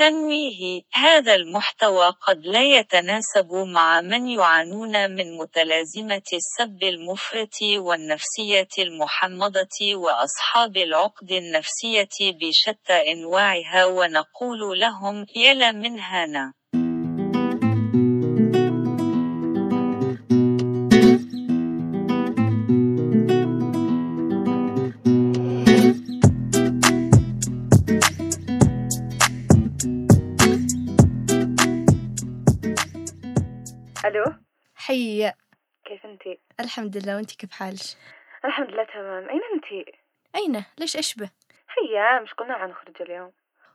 تنويه: هذا المحتوى قد لا يتناسب مع من يعانون من متلازمة السب المفرط والنفسية المحمضة وأصحاب العقد النفسية بشتى أنواعها، ونقول لهم يلا من هنا. ألو، حية، كيف أنتي؟ الحمد لله، وانتي كيف حالك؟ الحمد لله تمام. أين أنتي؟ أين؟ ليش أشبه؟ هيا مش قلنا عنخرج اليوم؟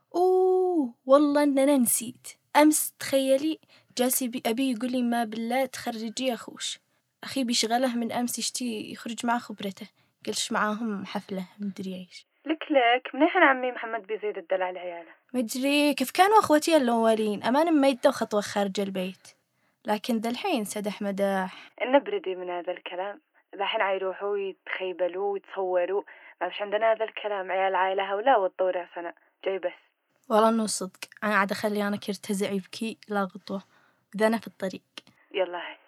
والله إن أنا نسيت. أمس تخيلي جالسي أبي يقول لي ما بالله تخرجي أخوش. أخي بيشغله من أمس يشتي يخرج مع خبرته، قلش معاهم حفلة مدري إيش. لك منيح عمي محمد بيزيد الدلع لعياله. مدري كيف كانوا أخوتي الأولين، أمان ما يدوا خطوة خارج البيت، لكن ذا الحين سدح مداح. نبردي من هذا الكلام، الحين عيروحوا يتخيبلوا ويتصوروا، ما فيش عندنا هذا الكلام. عيال عائلة هولا والطورة سنة جاي بس. والله إنه صدق، أنا قاعدة أخلي أنا كرتزع يبكي لا غطوة، إذا أنا في الطريق. يلا هاي.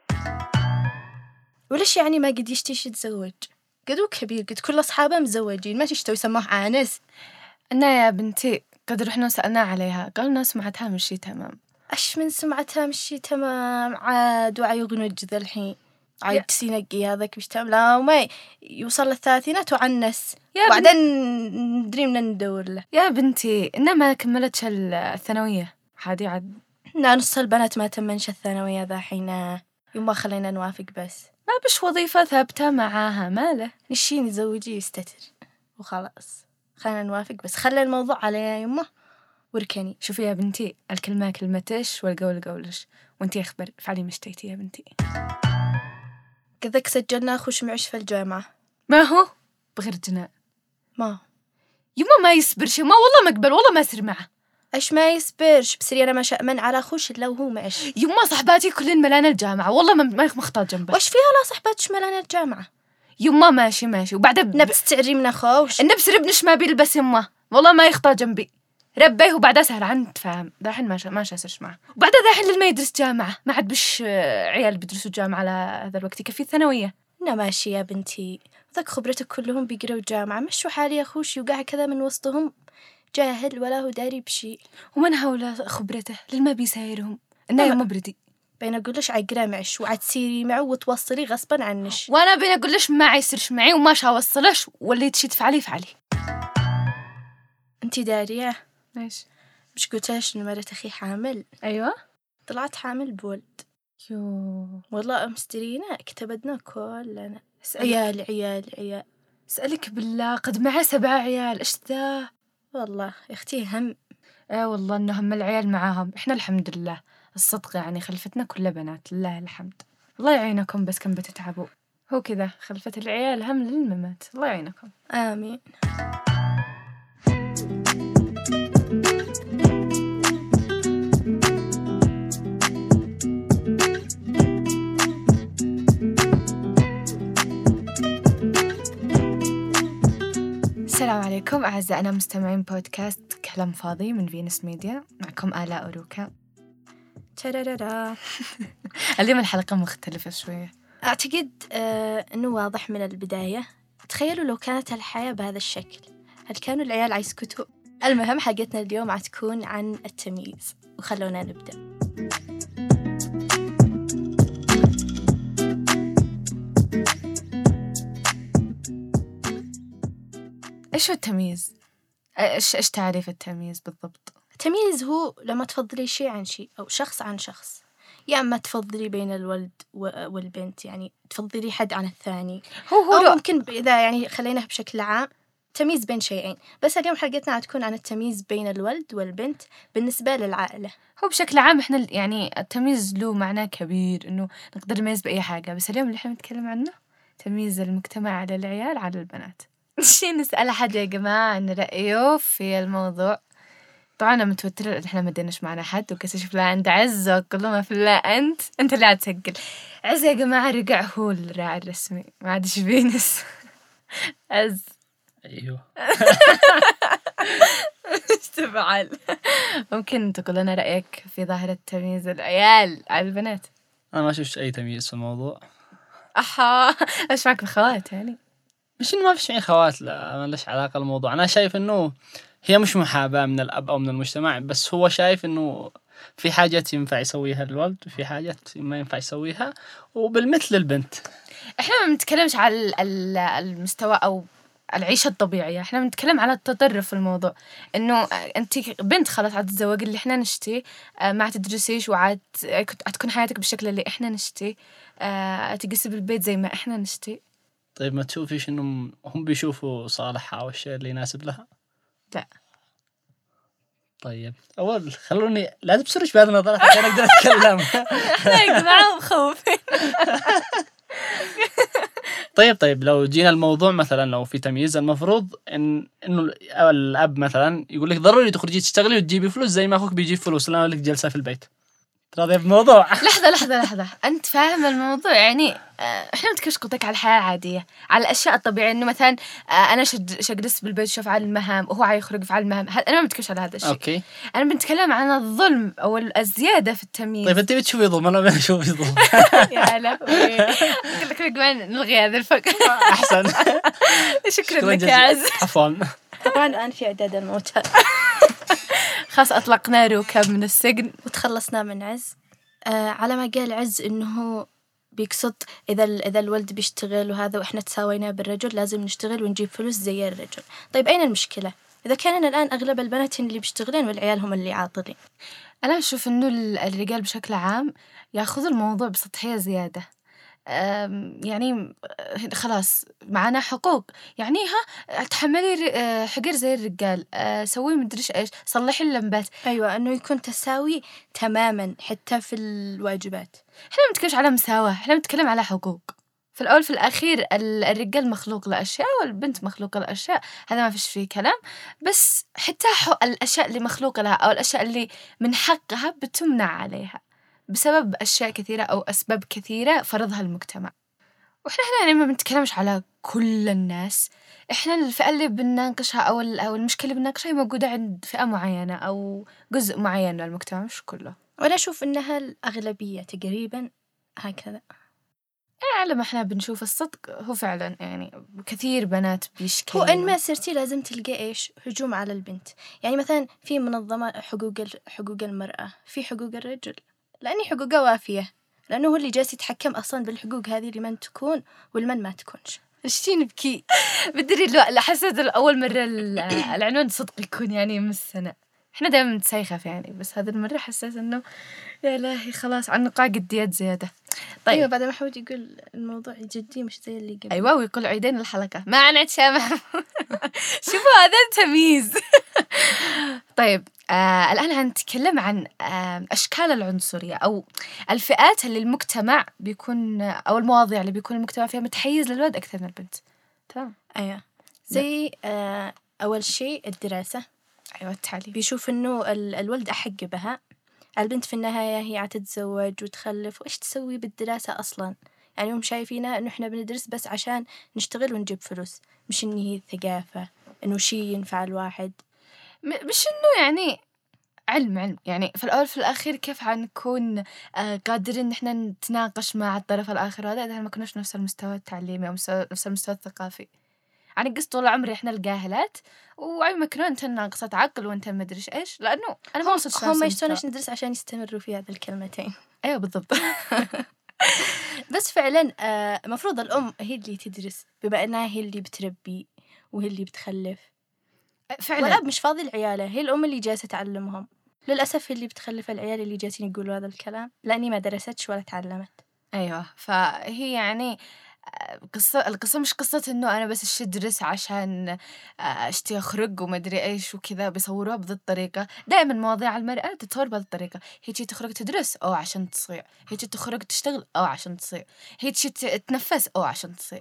وليش يعني ما قد يشتيش يتزوج؟ قدو كبير، قد كل أصحابه مزوجين، ما تشتوي يسموه عانس. أنا يا بنتي قد رحنا سألنا عليها، قالنا سمعتها مشي تمام. أش من سمعتها مشي تمام؟ عاد وعيغنج ذا الحين عاد سينقي هذاك مش تمام، لا وما يوصل للثلاثينات وعنس، وبعدين ندري من ندور له. يا بنتي إنما كملتش الثانوية عادي عاد. لا نص البنات ما تمنش الثانوية ذا حين، يوم ما خلينا نوافق بس ما بش وظيفة ثابتة معاها، ماله نشي نزوجي يستتر وخلاص، خلينا نوافق بس، خلي الموضوع علي يا يمه وركني. شوفي يا بنتي، الكلمة كلمتش والقول قولش، وانتي أخبر فعلي مشتيتي يا بنتي. كذاك سجلنا أخوش معش في الجامعة. ما هو بغير جناء ما يما ما يصبرش، ما والله ما قبل، والله ما سر معه. ايش ما يصبرش؟ بسري انا ما شأمن على خوش لو هو معش. يما صحباتي كلن ملانة الجامعة، والله ما مختار جنبه. وش فيها لا صحباتش ملانة الجامعة؟ يما ماشي وبعدها نبس تعري من خوش، النبس ربنش ما بيلبس يما، والله ما يخطى جنبي ربيه، وبعدها سهل عن تفهم داحين ما شاسرش معه، وبعدها داحين لما يدرس جامعة ما عاد بش عيال بيدرسوا جامعة على هذا الوقت يكفي الثانوية. ماشي يا بنتي، ذاك خبرتك كلهم بيقروا جامعة، مشوا حالي يا خوش يوقع كذا من وسطهم جاهل ولا هو داري بشي. ومن هؤلاء خبرته للما بيسايرهم إنه يوم مبردي بين أقولش عقرا معش وعد سيري معه وتوصلي غصبا عنش، وأنا بين أقولش ما عيسرش معي وما شاوصلش واللي تشي تفعلي فعلي. انتي دارية ايش؟ مش قلتلش إن مرة أخي حامل؟ أيوة طلعت حامل بولد. والله أمس درينا كتبتنا كلنا عيال. اسألك بالله قد معه 7 عيال، إيش ذا؟ والله يا أختي هم. والله إنه هم العيال معاهم، إحنا الحمد لله الصدق يعني خلفتنا كل بنات لله الحمد. الله يعينكم، بس كم بتتعبوا، هو كذا خلفة العيال هم للممات، الله يعينكم. آمين. السلام عليكم أعزائنا مستمعين بودكاست كلام فاضي من فينوس ميديا، معكم آلاء أروكا. ترارارا. اليوم الحلقة مختلفة شوية، أعتقد أنه واضح من البداية. تخيلوا لو كانت الحياة بهذا الشكل، هل كانوا العيال عيسكتوا؟ المهم حلقتنا اليوم عتكون عن التمييز، وخلونا نبدأ. إيش هو التمييز؟ إيش تعريف التمييز بالضبط؟ التمييز هو لما تفضلي شيء عن شيء أو شخص عن شخص، يا أما تفضلي بين الولد والبنت، يعني تفضلي حد عن الثاني، أو ممكن إذا يعني خليناه بشكل عام تمييز بين شيئين. بس اليوم حلقتنا هتكون عن التمييز بين الولد والبنت بالنسبة للعائلة. هو بشكل عام إحنا يعني التمييز له معنى كبير، إنه نقدر نميز بأي حاجة، بس اليوم اللي إحنا نتكلم عنه تمييز المجتمع على العيال على البنات. شي نسأل أحد يا جماعة عن رأيه في الموضوع. طبعا أنا متوترة لأن إحنا ما ديناش معنا حد، وكسشف لا عند عز وكل ما في الله أنت اللي هتسجل. عز يا جماعة رجع هو الراعي الرسمي، ما عادش فينس. عز أيوه. تفعل. ممكن تقول لنا رأيك في ظاهرة تمييز العيال على البنات؟ أنا ما شفت أي تمييز في الموضوع. إيش معك بخوات يعني؟ مش إنه ما فيش معي خوات، لا ما ليش علاقة الموضوع. أنا شايف إنه هي مش محاباة من الأب أو من المجتمع، بس هو شايف إنه في حاجات ينفع يسويها الولد وفي حاجات ما ينفع يسويها، وبالمثل البنت. إحنا ما بنتكلمش على المستوى أو العيشة الطبيعية، إحنا بنتكلم على التطرف في الموضوع. إنه أنت بنت خلاص عاد تتزوج اللي إحنا نشتي، ما تدرسيش وعاد تكون حياتك بالشكل اللي إحنا نشتي، تقسي بالبيت زي ما إحنا نشتي. طيب ما تشوفيش إنهم هم بيشوفوا صالحها أو الشيء اللي يناسب لها؟ لا. طيب أول خلوني لا تبصرش بهذا النظرة عشان أقدر أتكلم. إحنا معهم خوفين. طيب لو جينا الموضوع مثلا لو في تمييز، المفروض إنه الأب مثلا يقول لك ضروري تخرجي تشتغلي وتجيبي فلوس زي ما أخوك بيجيب فلوس، لا لك جلسة في البيت. راضي بالموضوع؟ لحظة أنت فاهم الموضوع يعني؟ إحنا بنتكلمش قلتك على الحياة العادية، على الأشياء الطبيعية. إنه مثلا أنا شجلس بالبيت شوف على المهام وهو عيخرج في المهام، أنا ما بتكلمش على هذا الشيء. أوكي. أنا بنتكلم عن الظلم أو الزيادة في التمييز. طيب أنت بتشوفي ظلم، أنا ما أشوفي ظلم. يا لهوي. أقول لك كمان نلغي هذا الفقرة. أحسن. شكرا لك يا عز. عفوا. طبعا الآن في إعداد الموتى. خلاص أطلقنا ركاب من السجن وتخلصنا من عز. على ما قال عز إنه بيقصد إذا الولد بيشتغل وهذا وإحنا تساوينا بالرجل لازم نشتغل ونجيب فلوس زي الرجل. طيب أين المشكلة؟ إذا كاننا الآن أغلب البنات اللي بيشتغلين والعيال هم اللي عاطلين. أنا أشوف إنه الرجال بشكل عام يأخذوا الموضوع بسطحية زيادة. يعني خلاص معنا حقوق، يعني تحملي حقر زي الرجال، سوي مدريش إيش، صلحي اللمبات. أيوة، أنه يكون تساوي تماما حتى في الواجبات. إحنا ما بنتكلمش على مساواة، إحنا بنتكلم على حقوق. في الأول في الأخير الرجال مخلوق لأشياء والبنت مخلوقة لأشياء، هذا ما فيش فيه كلام. بس حتى الأشياء اللي مخلوقة لها أو الأشياء اللي من حقها بتمنع عليها بسبب أشياء كثيرة أو أسباب كثيرة فرضها المجتمع. وإحنا هنا يعني ما بنتكلمش على كل الناس، إحنا الفئة اللي بنناقشها أو المشكلة اللي بنناقشها هي موجودة عند فئة معينة أو جزء معين من المجتمع، مش كله. وأنا أشوف إنها الأغلبية تقريبا هكذا. على ما إحنا بنشوف الصدق هو فعلا يعني كثير بنات بيشكي. هو إن ما سرتي لازم تلقى إيش هجوم على البنت. يعني مثلا في منظمة حقوق المرأة، في حقوق الرجل، لأني حقوقه وافية، لأنه هو اللي جالس يتحكم أصلا بالحقوق هذه لمن تكون ولمن ما تكونش. اشتي نبكي. بدري لا حسيت أول مرة العنوان صدق يكون يعني من السنة. إحنا دائما نتسايخف يعني، بس هذه المرة حسيت إنه يا إلهي خلاص عن نقاع جديات زيادة. طيب. أيوة، بعد ما حاول يقول الموضوع جدي مش زي اللي قبل. أيوة، ويقول عيدين الحلقة ما أنا أتشامح. شوفوا هذا التمييز. طيب الآن هنتكلم عن أشكال العنصرية أو الفئات اللي المجتمع بيكون أو المواضيع اللي بيكون المجتمع فيها متحيز للولد أكثر من البنت. تمام. أيوة، زي أول شيء الدراسة. أيوة، التعليم. بيشوف إنه الولد أحق بها، البنت في النهاية هي عتتزوج وتخلف، وإيش تسوي بالدراسة أصلاً؟ يعني هم شايفينها إنه إحنا بندرس بس عشان نشتغل ونجيب فلوس، مش إن هي ثقافة، إنه شيء ينفع الواحد. مش إنه يعني علم يعني في الأول في الأخير كيف حنكون قادرين إن إحنا نتناقش مع الطرف الآخر هذا إذا ما كناش نفس المستوى التعليمي أو نفس المستوى الثقافي. يعني قصة طول عمري إحنا الجاهلات وعلمك أنت ناقصة عقل وأنت ما أدري إيش، لأنه أنا ما وصلت. هم يشتونش ندرس عشان يستمروا في هذه الكلمتين. أيوة بالضبط. بس فعلا مفروض الأم هي اللي تدرس بما أنها هي اللي بتربي وهي اللي بتخلف فعلا. والأب مش فاضي العيالة، هي الأم اللي جالسة تعلمهم. للأسف هي اللي بتخلف العيال اللي جالسين يقولوا هذا الكلام لأني ما درستش ولا تعلمت. أيوة، فهي يعني القصة مش قصة إنه أنا بس أشتي أدرس عشان أشتي أخرج وما أدري إيش وكذا بيصوروها بهذه الطريقة. دائما مواضيع المرأة تتصور بهذه الطريقة، هي تشي تخرج تدرس أو عشان تصيع، هي تشي تخرج تشتغل أو عشان تصيع، هي تشي تتنفس أو عشان تصيع.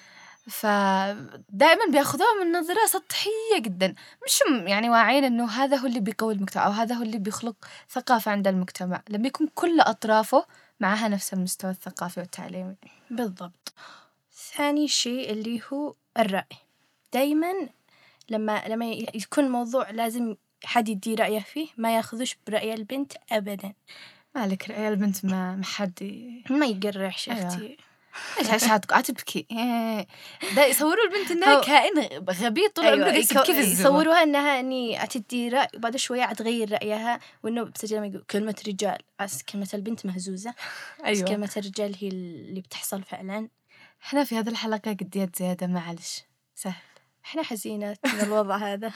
فدائما بياخذوها من نظرة سطحية جدا، مش يعني واعين إنه هذا هو اللي بيقوي المجتمع أو هذا هو اللي بيخلق ثقافة عند المجتمع لما يكون كل أطرافه معها نفس المستوى الثقافي والتعليمي. بالضبط. ثاني شيء اللي هو الرأي. دايما لما يكون موضوع لازم حد يدي رأيه فيه ما ياخذوش برأي البنت أبدا. مالك رأي البنت ما حد ما يقرحش أختي. ايش عاتبكي ده يصوروا البنت انها كائن غبي طول عمره كيف يصوروها انها اني تدي رأي وبعد شويه تغير رأيها وانه بس لما يقول كلمه رجال كلمه البنت مهزوزه. بس كلمه الرجال هي اللي بتحصل فعلا. احنا في هذه الحلقه قديات زياده معلش سهل. احنا حزينات من الوضع هذا.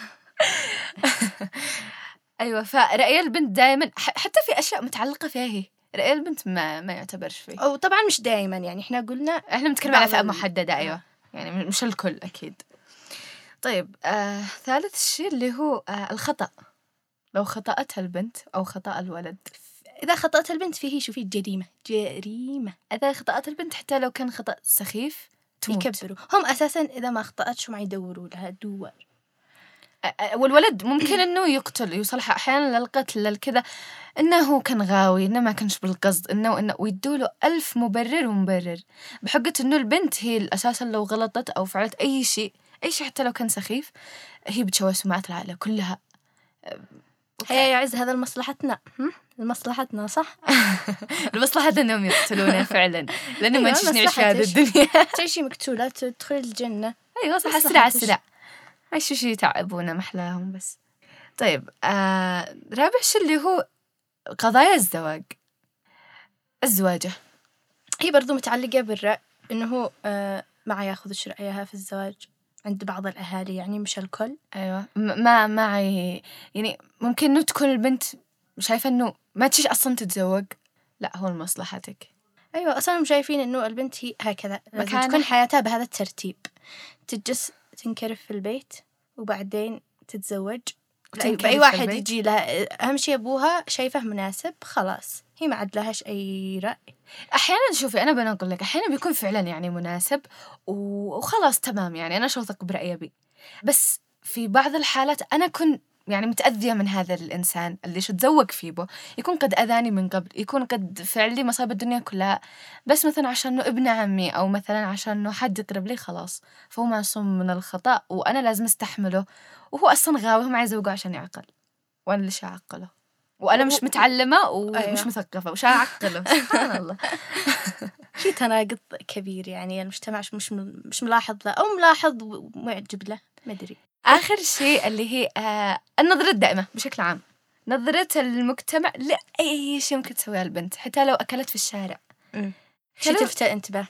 ايوه فرأي البنت دائما حتى في اشياء متعلقه فيها هي رأي البنت ما يعتبرش فيه. أو طبعا مش دائما يعني احنا قلنا احنا بنتكلم على فئة محددة. ايوه يعني مش الكل اكيد. طيب ثالث شيء اللي هو الخطأ. لو خطأتها البنت او خطأ الولد. اذا خطأت البنت فيه شوفي جريمة. اذا خطأت البنت حتى لو كان خطأ سخيف تموت. يكبروا هم اساسا اذا ما خطأتش ما يدوروا لها دوار. والولد ممكن انه يقتل يوصلها احيانا للقتل للكذا انه كان غاوي انه ما كانش بالقصد انه ويدوله 1000 مبرر بحجة انه البنت هي اساسا لو غلطت او فعلت اي شيء حتى لو كان سخيف هي بتشوه سمعة العائلة كلها. هي يعز هذا لمصلحتنا صح. لمصلحتنا انهم يقتلونا فعلا لانه ما نعيش في هذه الدنيا. تعيشي مقتولة تدخل الجنة. ايوه صح. السرعة عايشو شي يتعبونا محلاهم بس. طيب رابع شيء اللي هو قضايا الزواجة هي برضو متعلقة بالرأي إنه ما ياخذش رأيها في الزواج عند بعض الأهالي يعني مش الكل. أيوة ما يعني ممكن إنه تكون البنت شايفة إنه ما تشيش أصلا تتزوج. لا هو لمصلحتك. أيوة أصلا شايفين إنه البنت هي هكذا لازم تكون حياتها بهذا الترتيب. تجلس تنكرف في البيت وبعدين تتزوج. أي واحد يجي لها أهم شيء أبوها شايفه مناسب خلاص هي ما عاد لهاش أي رأي. أحيانا شوفي أنا بنقول لك أحيانا بيكون فعلا يعني مناسب وخلاص تمام يعني أنا شوثق برأيي أبي. بس في بعض الحالات أنا كنت يعني متأذية من هذا الإنسان اللي شتزوج فيه بو يكون قد أذاني من قبل يكون قد فعل لي مصايب الدنيا كلها بس مثلا عشان إنه ابن عمي أو مثلا عشان إنه حد يقرب لي خلاص فهو معصوم من الخطأ وأنا لازم استحمله وهو أصلا غاوي هم عايز يزوجه عشان يعقل وأنا ليش أعقله وأنا مش متعلمة ومش مثقفة وش أعقله. سبحان الله. في تناقض كبير يعني المجتمع مش ملاحظ له أو ملاحظ ومعجب له ما أدري. آخر شيء اللي هي النظرة الدائمة بشكل عام. نظرة المجتمع لأي شيء ممكن تسويها البنت حتى لو أكلت في الشارع. شي تلفت انتباه.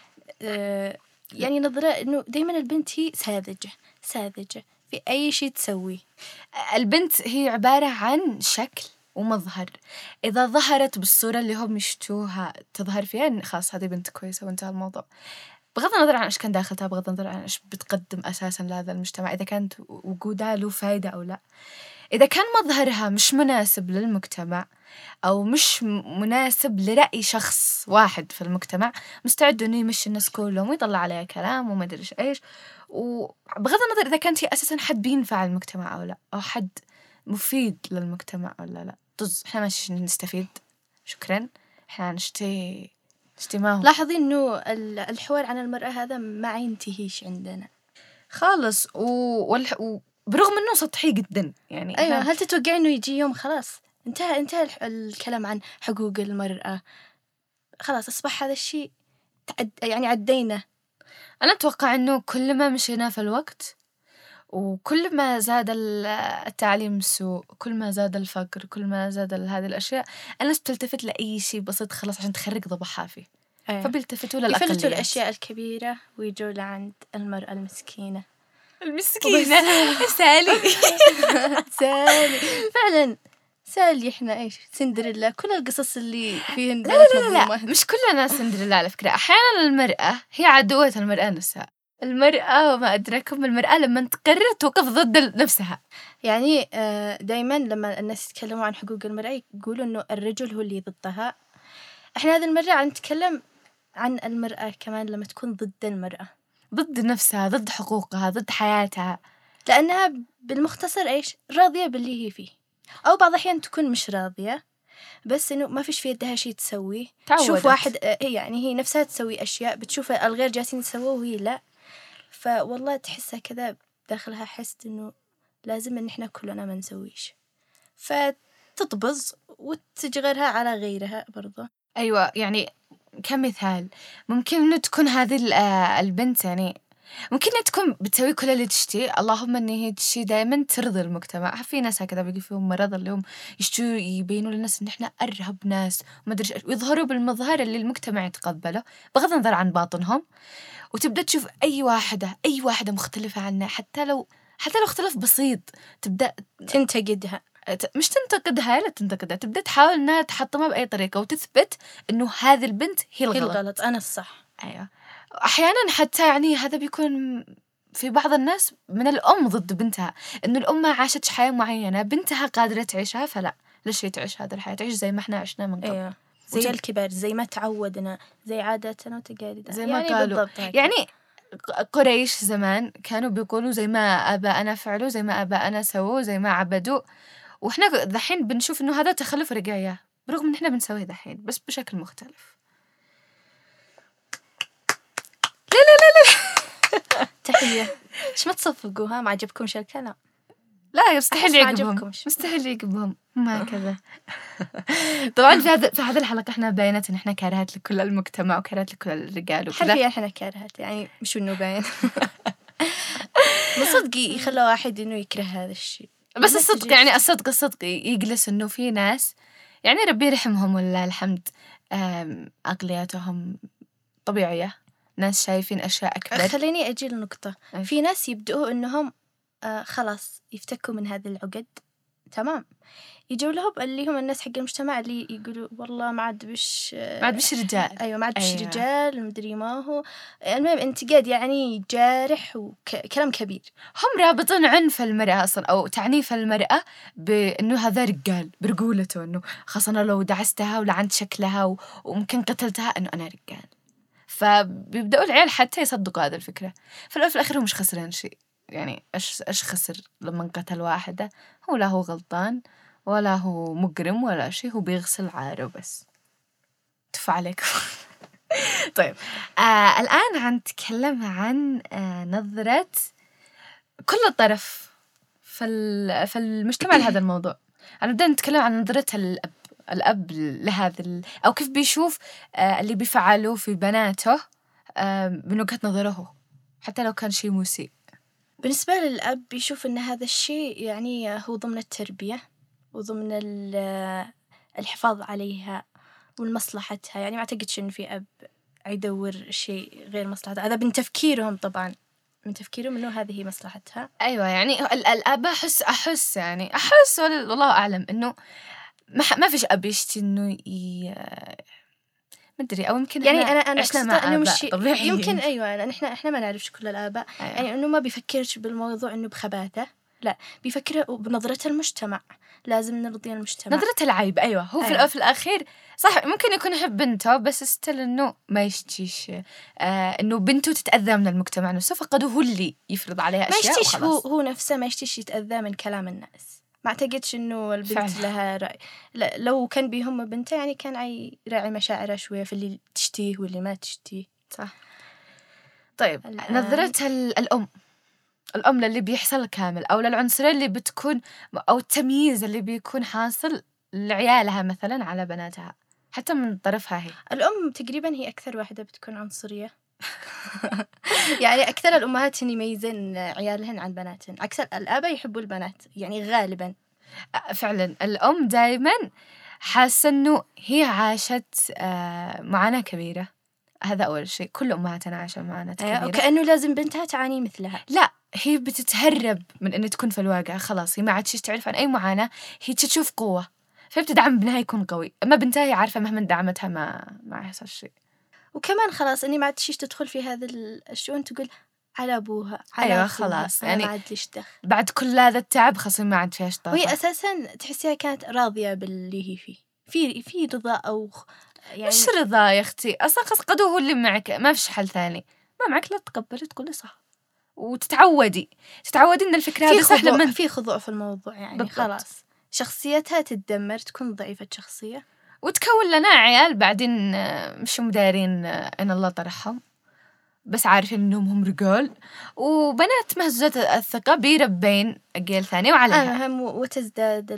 يعني نظرة إنه دايما البنت هي ساذجة في أي شيء تسوي. البنت هي عبارة عن شكل ومظهر. إذا ظهرت بالصورة اللي هم يشتوها تظهر فيها خلاص هذه بنت كويسة وانتهى الموضوع بغض النظر عن إيش كان داخلتها بغض النظر عن إيش بتقدم أساساً لهذا المجتمع إذا كانت وجودها له فايدة أو لا. إذا كان مظهرها مش مناسب للمجتمع أو مش مناسب لرأي شخص واحد في المجتمع مستعد إنه يمشي الناس كلهم ويطلع عليها كلام وما أدري إيش وبغض النظر إذا كانت هي أساساً حد بينفع المجتمع أو لا أو حد مفيد للمجتمع ولا لا. طز إحنا ماشي نستفيد شكراً إحنا نشتي ما لاحظي إنه الحوار عن المرأة هذا ما ينتهيش عندنا خالص وبرغم إنه سطحي جدا يعني. أيوة هل تتوقع إنه يجي يوم خلاص انتهى الكلام عن حقوق المرأة خلاص أصبح هذا الشيء يعني عدينا. أنا أتوقع إنه كل ما مشينا في الوقت وكل ما زاد التعليم سوء كل ما زاد الفقر كل ما زاد هذه الأشياء الناس بتلتفت لأي شيء بسيط خلاص عشان تخرج ضبحها فيه. فبيلتفتوا للأقليات يفلتوا الأشياء الكبيرة ويجوا لعند المرأة المسكينة سالي فعلا سالي إحنا إيش سندريلا كل القصص اللي فيهن لا مش كلنا سندريلا على فكرة. أحيانا المرأة هي عدوة المرأة نفسها. المرأة وما أدراكم المرأة لما تقرر توقف ضد نفسها يعني دايما لما الناس يتكلموا عن حقوق المرأة يقولوا إنه الرجل هو اللي ضدها. إحنا هذه المرة عم نتكلم عن المرأة كمان لما تكون ضد المرأة ضد نفسها ضد حقوقها ضد حياتها لأنها بالمختصر إيش راضية باللي هي فيه أو بعض الأحيان تكون مش راضية بس إنه ما فيش في يدها شيء تسوي. تشوف واحد يعني هي نفسها تسوي أشياء بتشوف الغير جالسين يسووه وهي لا فوالله تحسها كذا داخلها حس إنه لازم إن إحنا كلنا ما نسويش، فتطبز وتجغرها على غيرها برضو. أيوة، يعني كمثال ممكن إنه تكون هذه البنت يعني ممكن إنها تكون بتسوي كل اللي تشتي، اللهم إن هي تشتي دائما ترضي المجتمع. في ناس هكذا بيجي فيهم مرض اللي هم يشتوا يبينوا للناس إن إحنا أرهب ناس وما أدري إيش، ويظهروا بالمظهر اللي المجتمع يتقبله بغض النظر عن باطنهم. وتبدأ تشوف أي واحدة مختلفة عنها، حتى لو اختلاف بسيط، تبدأ تنتقدها، مش تنتقدها، لا تنتقدها، تبدأ تحاول إنها تحطمها بأي طريقة وتثبت إنه هذه البنت هي الغلط، أنا الصح. أيوة. أحيانا حتى يعني هذا بيكون في بعض الناس من الأم ضد بنتها، إنه الأم ما عاشت حياة معينة بنتها قادرة تعيشها، فلا ليش هي تعيش هذا الحياة، تعيش زي ما إحنا عشنا من قبل. أيوة. زي الكبار، زي ما تعودنا، زي عاداتنا وتقاليدنا، زي ما قالوا يعني قريش زمان كانوا بيقولوا زي ما آباءنا فعلوا، زي ما آباءنا سووا، زي ما عبدوا. وإحنا ذحين بنشوف إنه هذا تخلف رجعية، برغم إن إحنا بنسويه ذحين بس بشكل مختلف. لا تحية. إيش ما تصفقوها؟ ما عجبكمش الكلام؟ لا يستحيل يعجبهم، مستحيل يعجبهم ما كذا. طبعا في هذا الحلقة إحنا باينات إن إحنا كارهات لكل المجتمع وكارهات لكل الرجال وكذا. حرفيا إحنا كارهات، يعني مش إنه باين. بصدقي يخلى واحد إنه يكره هذا الشيء، بس الصدق يعني الصدق يجلس إنه في ناس يعني ربي يرحمهم والله الحمد، عقلياتهم طبيعية، ناس شايفين أشياء أكبر. خليني أجي لنقطة. في ناس يبدأوا إنهم خلاص يفتكوا من هذه العقد، تمام، يجوا لهم اللي هم الناس حق المجتمع اللي يقولوا والله ما عاد بش رجال. أيوة ما عاد بش رجال مدري ما هو، المهم انتقاد يعني جارح وكلام كبير. هم رابطين عنف المرأة أصلا أو تعنيف المرأة بأنه هذا رجال، برجولته، إنه خاصة أنا لو دعستها ولعنت شكلها وممكن قتلتها إنه أنا رجال. فبيبدأوا العيال حتى يصدقوا هذا الفكرة. في الآخر هو مش خسران شيء، يعني إيش خسر لما قتل واحدة؟ هو لا هو غلطان ولا هو مجرم ولا شيء، هو بيغسل عاره بس. تف عليكم. طيب الآن هنتكلم عن نظرة كل طرف في المجتمع لهذا الموضوع. هنبدأ نتكلم عن نظرة الأب لهذا أو كيف بيشوف اللي بيفعلوه في بناته من وجهة نظره حتى لو كان شيء مسيء. بالنسبة للأب بيشوف إن هذا الشيء يعني هو ضمن التربية وضمن الحفاظ عليها والمصلحتها، يعني ما أعتقدش إن في أب يدور شيء غير مصلحتها، هذا من تفكيرهم طبعا، من تفكيرهم إنه هذه مصلحتها. أيوة يعني الأب أحس يعني والله أعلم إنه ما فيش أب يشتي إنه مدري، أو يمكن يعني أنا عشنا مع آباء مش طبيعي. يمكن أيوة إحنا ما نعرفش كل الآباء. أيوة. يعني إنه ما بيفكرش بالموضوع إنه بخباثة، لا بيفكر بنظرة المجتمع، لازم نرضي المجتمع، نظرة العيب. أيوة هو أيوة. في الأخير صح ممكن يكون يحب بنته بس استل إنه ما يشتيش إنه بنته تتأذى من المجتمع نفسه، فقد هو اللي يفرض عليها أشياء ما يشتيش هو نفسه ما يشتيش يتأذى من كلام الناس. ما أعتقدش إنه البنت فعلا. لها رأي. لو كان بيهم بنته يعني كان يراعي مشاعرها شوية في اللي تشتيه واللي ما تشتيه. صح. طيب نظرة الأم للي بيحصل كامل أو للعنصرية اللي بتكون أو التمييز اللي بيكون حاصل لعيالها مثلا على بناتها حتى من طرفها هي. الأم تقريبا هي أكثر واحدة بتكون عنصرية. يعني أكثر الأمهات يميزن عيالهن عن بناتهن، عكس الآباء يحبوا البنات يعني غالبا. فعلا الأم دائما حاسة إنه هي عاشت معاناة كبيرة، هذا أول شيء. كل أمهاتنا عاشوا معاناة كبيرة وكأنه لازم بنتها تعاني مثلها. لا هي بتتهرب من أن تكون في الواقع، خلاص هي ما عادش تعرف عن أي معاناة، هي تشوف قوة فبتدعم ابنها يكون قوي. أما بنتها هي عارفة مهما دعمتها ما يحصل شيء. وكمان خلاص أني ما عاد تشيش تدخل في هذا الشؤون، تقول على أبوها على أيوة أخوها. خلاص يعني ما عاد ليش دخل بعد كل هذا التعب، خلاص ما عاد فيها طاقة. وهي أساسا تحسيها كانت راضية باللي هي فيه في رضا أو يعني مش رضا يا أختي، أصلا خلاص قد هو اللي معك، ما فيش حل ثاني. ما معك لا تقبلي تقولي صح وتتعودي إن الفكرة هذه صح. لما في خضوع في الموضوع يعني بالضبط. خلاص شخصيتها تتدمر، تكون ضعيفة شخصية وتكون لنا عيال بعدين مش مدارين إن الله طرحهم بس عارفين إنهم هم رجال، وبنات مهزوزات الثقة بيربين أجيال ثانية وعليها. أهم وتزداد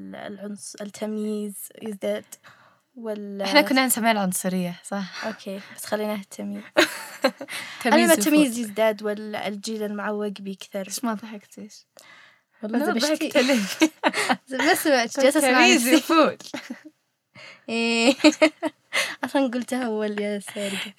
التمييز يزداد إحنا كنا نسميها العنصرية صح؟ أوكي بس خلينا التمييز. تمييز التمييز يزداد والجيل المعوق بيكثر. إيش ما ضحكتيش؟ والله ضحكت زبشتي. ليه؟ ما سمعت جالسة أسمع تمييز نفسي. يفوت. إيه أصلاً قلتها أول يا سارقة.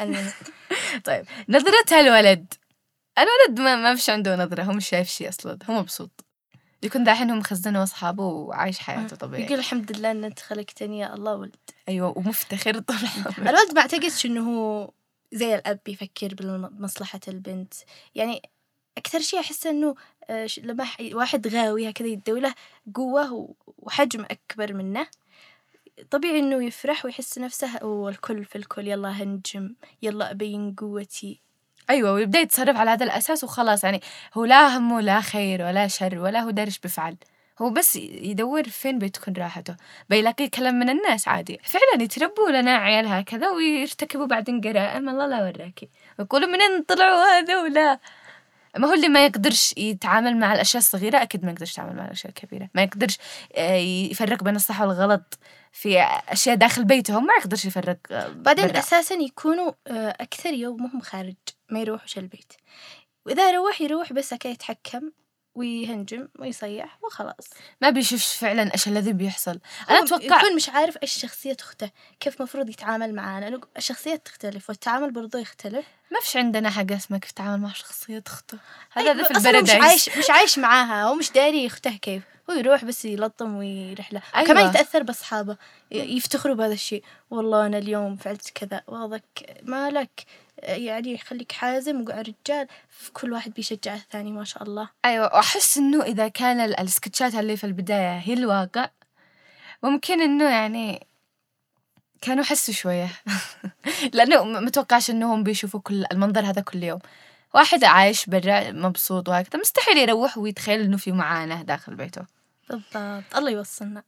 طيب نظرتها الولد ما فيش عنده نظرة، هو مش شايف شيء أصلاً، هو مبسوط يكون داحين هو مخزنه وأصحابه وعايش حياته طبيعي. يقول الحمد لله أن أنت خلقتني يا الله ولد. أيوة ومفتخر طول عمره. الولد ما أعتقدش إنه هو زي الأب يفكر بمصلحة البنت. يعني أكثر شيء أحس إنه لما واحد غاوي هكذا يدوي له قوة وحجم أكبر منه، طبيعي إنه يفرح ويحس نفسه هو الكل في الكل، يلا هنجم، يلا أبين قوتي. أيوة ويبدأ يتصرف على هذا الأساس وخلاص. يعني هو لا همه لا خير ولا شر ولا هو دارش بفعل، هو بس يدور فين بتكون راحته، بيلاقي كلام من الناس عادي. فعلا يتربوا لنا عيال هكذا ويرتكبوا بعدين جرائم الله لا وراكي، ويقولوا منين طلعوا هذا ولا. ما هو اللي ما يقدرش يتعامل مع الأشياء الصغيرة أكيد ما يقدرش يتعامل مع الأشياء الكبيرة، ما يقدرش يفرق بين الصح والغلط في أشياء داخل بيتهم، ما يقدرش يفرق. بعدين برا. أساساً يكونوا أكثر يومهم خارج، ما يروحوش البيت، وإذا يروح بس كي يتحكم ويهنجم ويصيح وخلاص، ما بيشوفش فعلا إيش الذي بيحصل. أنا أتوقع يكون مش عارف إيش شخصية أخته، كيف مفروض يتعامل معانا، لأنه الشخصيات تختلف والتعامل برضو يختلف. ما فيش عندنا حاجة اسمها كيف تتعامل مع شخصية أخته، هذا في أصلاً البرادايس. مش عايش معاها، هو مش داري أخته كيف، هو يروح بس يلطم ويرحله. أيوة. كمان يتأثر بأصحابه، يفتخروا بهذا الشيء، والله أنا اليوم فعلت كذا وهذاك مالك، يعني خليك حازم وقع رجال، كل واحد بيشجع الثاني ما شاء الله. أيوة وأحس إنه إذا كان السكتشات اللي في البداية هي الواقع، ممكن إنه يعني كانوا حسوا شوية. لأنه متوقعش إنهم بيشوفوا كل المنظر هذا كل يوم. واحد عايش برا مبسوط وهكذا مستحيل يروح ويتخيل إنه في معاناة داخل بيته. بالضبط، الله يوصلنا.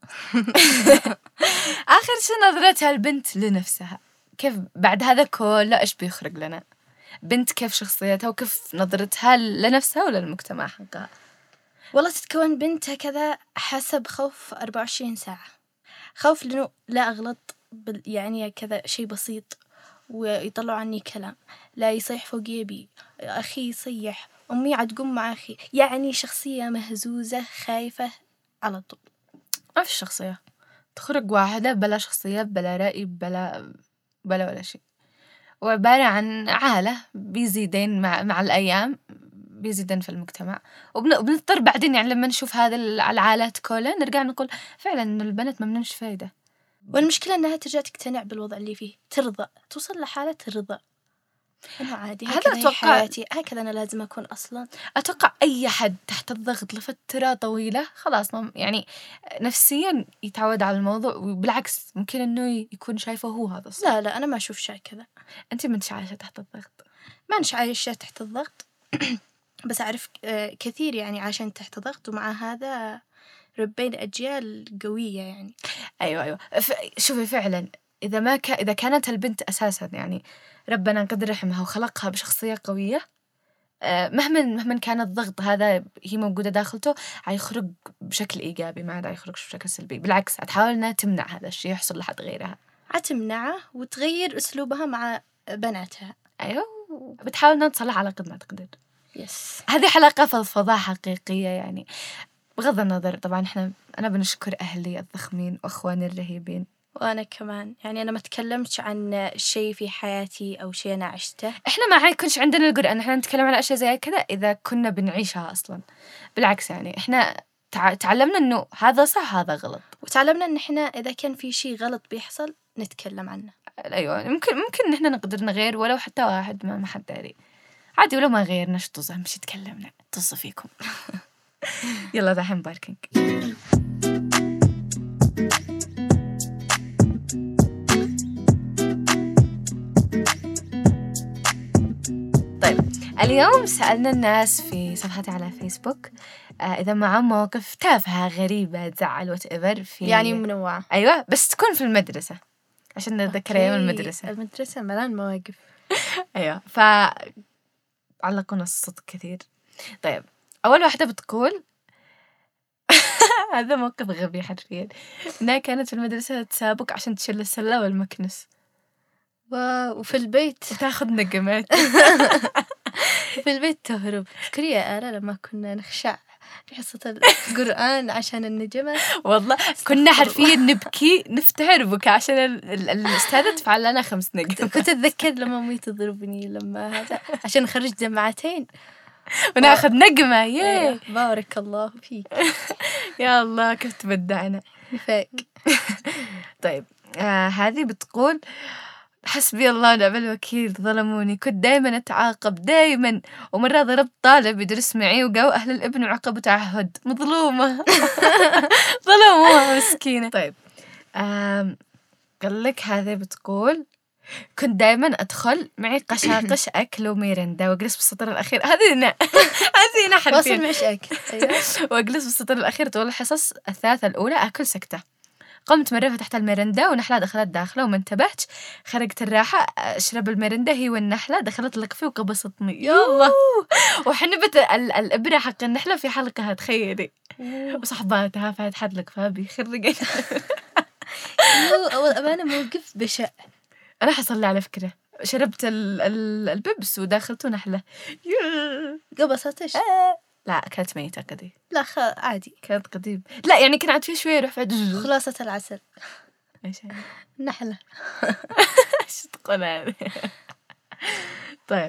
آخر شيء نظرتها البنت لنفسها، كيف بعد هذا كله إيش بيخرج لنا بنت، كيف شخصيتها وكيف نظرتها لنفسها وللمجتمع حقها. والله تتكون بنت هكذا حسب خوف 24 ساعة، خوف لأنه لا أغلط يعني كذا شيء بسيط ويطلعوا عني كلام، لا يصيح فوق يبي أخي يصيح، أمي عاد قم مع أخي، يعني شخصية مهزوزة خايفة على طول. ما في شخصية تخرج واحدة بلا شخصية بلا رأي بلا ولا شيء، وعبارة عن عالة بيزيدين مع الأيام، بيزيدين في المجتمع، وبنضطر بعدين يعني لما نشوف هذا العالات كلها نرجع نقول فعلا إنه البنات ما منش فايدة. والمشكلة أنها ترجع تقتنع بالوضع اللي فيه، ترضى، توصل لحالة ترضى إنه عادي، هذا هكذا هي أتوقع حياتي، هكذا أنا لازم أكون أصلاً. أتوقع أي حد تحت الضغط لفترة طويلة خلاص يعني نفسيا يتعود على الموضوع، وبالعكس ممكن إنه يكون شايفه هو هذا الصح. لا أنا ما أشوف شيء كذا. أنت من عايشة تحت الضغط؟ ما نش عايشة تحت الضغط. بس أعرف كثير يعني عايشين تحت ضغط، ومع هذا ربين أجيال قوية يعني. أيوة شوفي فعلا إذا كانت البنت أساسا يعني ربنا قد رحمها وخلقها بشخصية قوية، مهما كان الضغط هذا هي موجودة داخلته هيخرج بشكل إيجابي، ما هيخرج بشكل سلبي. بالعكس هتحاول إنها تمنع هذا الشيء يحصل لحد غيرها، هتمنعه وتغير أسلوبها مع بناتها. أيوة بتحاول إنها تصلح على قد ما تقدر. يس. هذه حلقة فضفضة حقيقية يعني، بغض النظر طبعا أنا بنشكر أهلي الضخمين وأخواني الرهيبين، وأنا كمان يعني أنا ما تكلمتش عن شيء في حياتي أو شيء أنا عشته. إحنا ما حيكونش عندنا الجرأة إن إحنا نتكلم على أشياء زي كذا إذا كنا بنعيشها أصلاً. بالعكس يعني إحنا تعلمنا إنه هذا صح هذا غلط، وتعلمنا إن إحنا إذا كان في شيء غلط بيحصل نتكلم عنه. أيوة ممكن إن إحنا نقدر نغير ولو حتى واحد، ما حد داري عادي، ولو ما غيرناش طزة مش تكلمنا طز فيكم. يلا دحين باركينج. طيب اليوم سألنا الناس في صفحتي على فيسبوك إذا معهم مواقف تافهة غريبة تزعل whatever في يعني منوعة. أيوة بس تكون في المدرسة عشان نتذكر أيام المدرسة. المدرسة ملان مواقف. أيوة علقونا الصوت كثير. طيب أول واحدة بتقول هذا موقف غبي حرفيا، إنها كانت في المدرسة تسابق عشان تشيل السلة والمكنس وفي البيت تاخذ نقمات. في البيت تهرب. تذكري يا آلاء لما كنا نخشع في حصة القرآن عشان النجمة؟ والله كنا حرفيا نبكي نفتحر بكى عشان الأستاذة تفعل لنا 5 نقم. كنت أتذكر لما أمي تضربني لما هذا عشان نخرج دمعتين وناخذ نقمة. ياه بارك الله فيك. يا الله كيف تبدعنا. نفاق. طيب هذه بتقول حسبي الله ونعم الوكيل، ظلموني، كنت دايما أتعاقب دايما، ومرة ضربت طالب يدرس معي وقاو أهل الابن وعقبوا تعهد. مظلومة. ظلموها مسكينة. طيب قال لك هذه بتقول كنت دايما أدخل معي قشاقش أكل وميرندا وأجلس بالسطر الأخير. هذه أنا حرفيا واصل معش أكل. أيوة. وأجلس بالسطر الأخير طول الحصص الثلاثة الأولى أكل سكتة. قمت مرة فتحت الميرندا ونحلة دخلت داخله وما انتبهت، خرجت الراحة أشرب الميرندا هي والنحلة دخلت لقفي وقبصتني. يا الله. وحنبت الإبرة حق النحلة في حلقها تخيلي، وصحباتها فاتحت لقفها بيخرجين. أنا موقف بشع. أنا حصل لي على فكرة، شربت البيبس وداخلته نحلة. قبصتش؟ لا كانت ميتة قديم. لا عادي كانت قديم. لا يعني كان عاد فيه شوية روح خلاصة العسل. ايش يعني؟ نحلة. ايش تقول هذه؟ طيب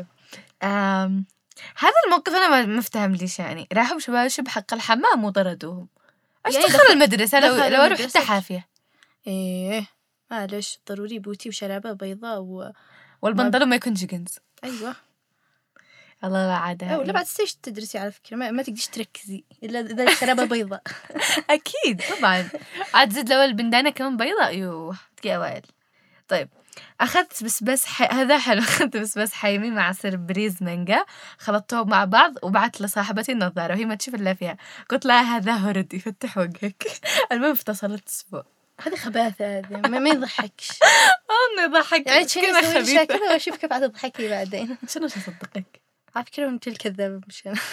هذا الموقف أنا ما افتهم ليش يعني راحوا شباب حق الحمام وطردوهم. ايش يعني دخل المدرسة لو أروح حتى حافية؟ ايه معلش ضروري بوتي وشرابة بيضاء والبنطلون ما يكونش جنز. ايوه الله لا عادة. لا بعد ستيش تدرسي على فكرة ما تقديش تركزي إلا إذا الشرابة بيضاء. أكيد طبعا. عاد زد لو البندانة كمان بيضاء يوه تجي أوائل. طيب أخذت بس هذا حلو. أخذت بس حيمي مع عصير بريز مانجا خلطتهم مع بعض وبعت لصاحبتي النظارة وهي ما تشوف إلا فيها، قلت لها هذا هرد يفتح وجهك. المهم اتصلت أسبوع. هذه خباثة هذه ما يضحكش. ما يضحك يعني تشيني سوي كذا وأشوف كيف تضحكي بعدين. شنو أصدقك على فكرة أنت الكذابة مش أنا.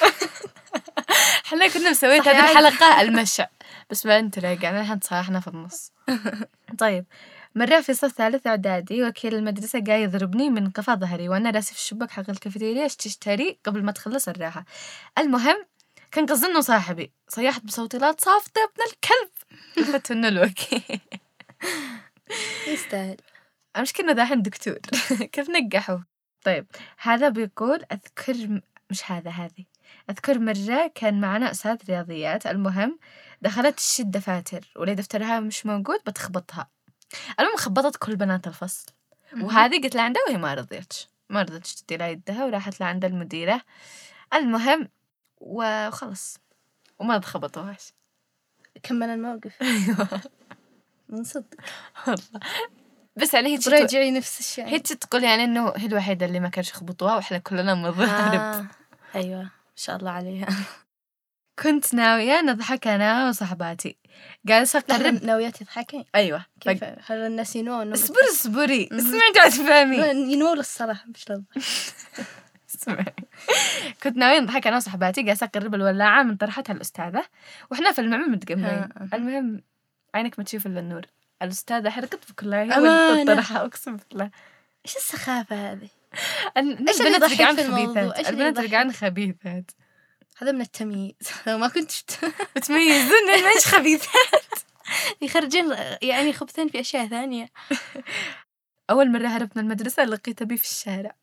حنا كنا مسويت هذه الحلقة المشع بس ما أنت راجعنا الحين تصاحنا في النص. طيب مرة في صف 3 إعدادي وكيل المدرسة جاي يضربني من قفا ظهري وأنا راسي في الشباك حق الكافيتيريا تشتري قبل ما تخلص الراحة. المهم كان قصدي إنه صاحبي، صيحت بصوتي لا تصافطي يا ابن الكلب. لفت إنه الوكيل يستاهل. المشكلة دحين دكتور. كيف نجحوا. طيب هذا بيقول أذكر مش هذه أذكر مرة كان معنا أستاذ رياضيات، المهم دخلت تشد دفاتر ولي دفترها مش موجود بتخبطها. المهم خبطت كل بنات الفصل وهذه قلت لها عندها وهي ما رضيتش تدي لها يدها وراحت لعند المديرة. المهم وخلص وما تخبطوهاش. كمل الموقف. أيوة من صدق والله. بس يعني راجعي نفس الشيء. هي تقول يعني إنه هي الوحيدة اللي ما كانش يخبطوها وإحنا كلنا مضارب. أيوة ما شاء الله عليها. كنت ناوية نضحك أنا وصحباتي، جالسة أقرب. ناوية تضحكي؟ أيوة كيف هل الناس ينون؟ اصبري اسمعي جاي تفهمي. ينور الصراحة مش لضحك. اسمعي كنت ناوية نضحك أنا وصحباتي، جالسة أقرب الولاعة من طرحتها الأستاذة وإحنا في المعمل متجمعين. المهم عينك ما تشوف إلا النور، الأستاذة حركت بكلها هي والطرحة. أقسم بالله إيش السخافة هذه؟ البنات رجعان خبيثات. البنات رجعان خبيثات. هذا من التمييز. ما كنت بتميزون إيش خبيثات يخرجين يعني خبثين في أشياء ثانية. أول مرة هربت من المدرسة لقيت أبي في الشارع.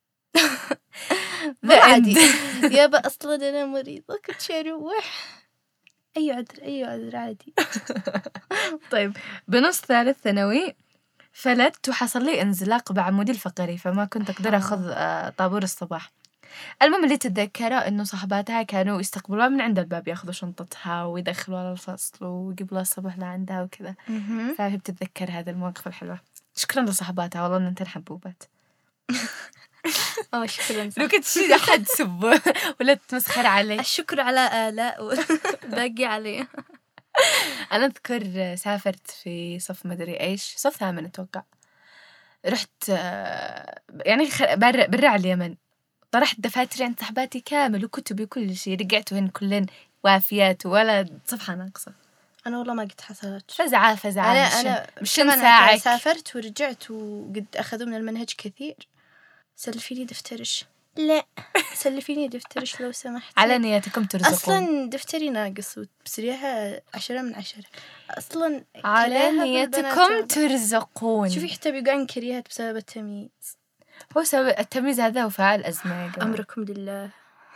عادي يابا أصلا أنا مريضة كنت شروح. أي عذر عادي. طيب بنص 3 ثانوي فلت وحصل لي انزلاق بعمودي الفقري فما كنت أقدر أخذ طابور الصباح. المهم اللي تتذكره إنه صحباتها كانوا يستقبلوها من عند الباب ياخذوا شنطتها ويدخلوا على الفصل ويجيبوا الصبح لعندها وكذا. فهي بتتذكر هذا المواقف الحلوة. شكرا لصحباتها والله إن أنتن حبوبات. شكرا. لو كنت شيء أحد سب ولا تمسخر علي. الشكر على آلاء باقي عليه. أنا أذكر سافرت في صف مدري إيش صف 8 أتوقع رحت يعني برا اليمن، طرحت دفاتري عند صحباتي كامل وكتبي وكل شيء، رجعت وهن كلن وافيات ولا صفحة ناقصة. أنا والله ما قد حصلت فزعة أنا مش كمان ساعة سافرت ورجعت وقد أخذوا من المنهج كثير. سلفيني دفترش. لا سلفيني دفترش لو سمحت. على نياتكم ترزقون. أصلا دفتري ناقص وبسريها 10 من 10 أصلا. على نياتكم ترزقون. شوفي حتى بيقعن كريهات بسبب التمييز. هو سبب التمييز هذا هو فعال الأزمة. أمركم لله.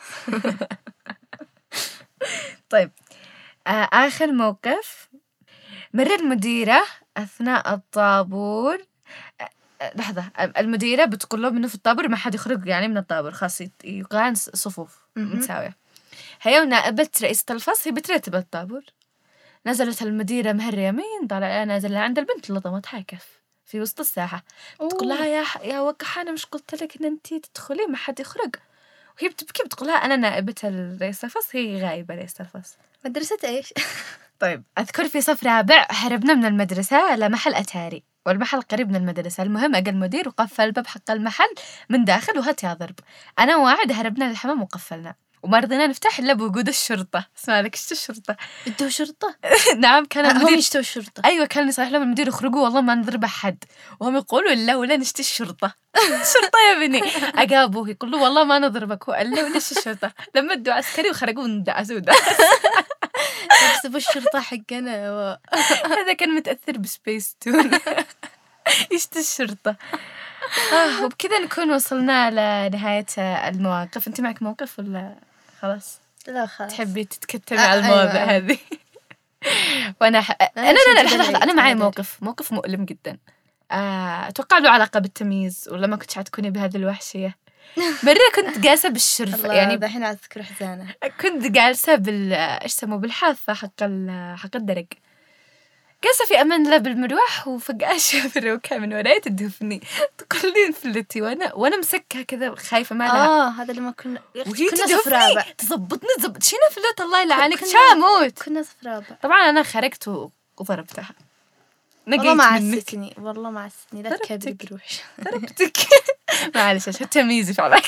طيب آخر موقف، مرة المديرة أثناء الطابور، لحظة، المديرة بتقول لهم إنه في الطابور ما حد يخرج يعني من الطابور، خاص يقعن صفوف متساوية. هي ونائبة رئيسة الفصل هي بترتب الطابور. نزلت المديرة مهر يمين طالع نازل عند البنت اللي ضمتها كف في وسط الساحة. تقول لها يا وقحة أنا مش قلت لك إن أنتي تدخلي ما حد يخرج؟ وهي بتبكي بتقول لها أنا نائبة رئيسة الفصل، هي غايبة رئيسة الفصل. مدرسة إيش؟ طيب أذكر في صف رابع هربنا من المدرسة لمحل أتاري، والمحل قريب من المدرسة. المهم أجا المدير وقفل الباب حق المحل من داخل وهات يا ضرب. أنا وواعد هربنا للحمام وقفلنا وما رضينا نفتح إلا بوجود الشرطة. اسمع لك إيش الشرطة؟ بدو شرطة؟ نعم كان هم يشتوا الشرطة. أيوة كان يصيح لهم المدير يخرجوا والله ما نضرب أحد، وهم يقولوا لا ولا نشتي الشرطة. الشرطة يا بني. أجابوه يقولوا والله ما نضربك، هو قال له وليش الشرطة. لما ادوا عسكري وخرجوا من دعسوا ده. يحسبوا الشرطة حقنا. هذا كان متأثر بسبيس تون. يشتي الشرطة. وبكذا نكون وصلنا لنهاية المواقف. أنت معك موقف ولا خلاص؟ لا خلاص. تحبي تتكتمي على المواضيع هذه؟ وأنا أنا لحظة أنا معي موقف مؤلم جدا. أتوقع له علاقة بالتمييز ولا ما كنتش عتكوني بهذه الوحشية. مرة كنت جالسة بالشرفة يعني دحين أذكر حزانة. كنت جالسة إيش سموه بالحافة حق الدرج، جالسة في أمان الله بالمروح، وفجأة شاف الروكة من وراي تدفني تقول لي انفلتي، وأنا مسكها كذا خايفة ما لها. هذا لما كنا صف رابع. تزبطني شينا فلت الله يلعنك شاموت. كنا صف رابع. طبعا أنا خرجت وضربتها. والله ما عسني لا تكبري بروحي. ضربتك. معلش عشان تميزي فعلك.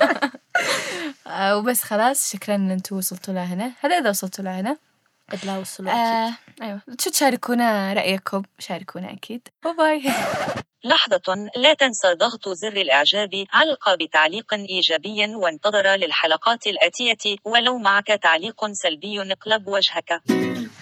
وبس خلاص، شكرا ان انتوا وصلتوا لهنا. هذا اذا وصلتوا لهنا قد لا وصلوا اكيد. ايوه شو تشاركونا رايكم، شاركونا اكيد. باي. لحظة، لا تنسى ضغط زر الإعجاب، علق بتعليق إيجابي وانتظر للحلقات الآتية. ولو معك تعليق سلبي اقلب وجهك.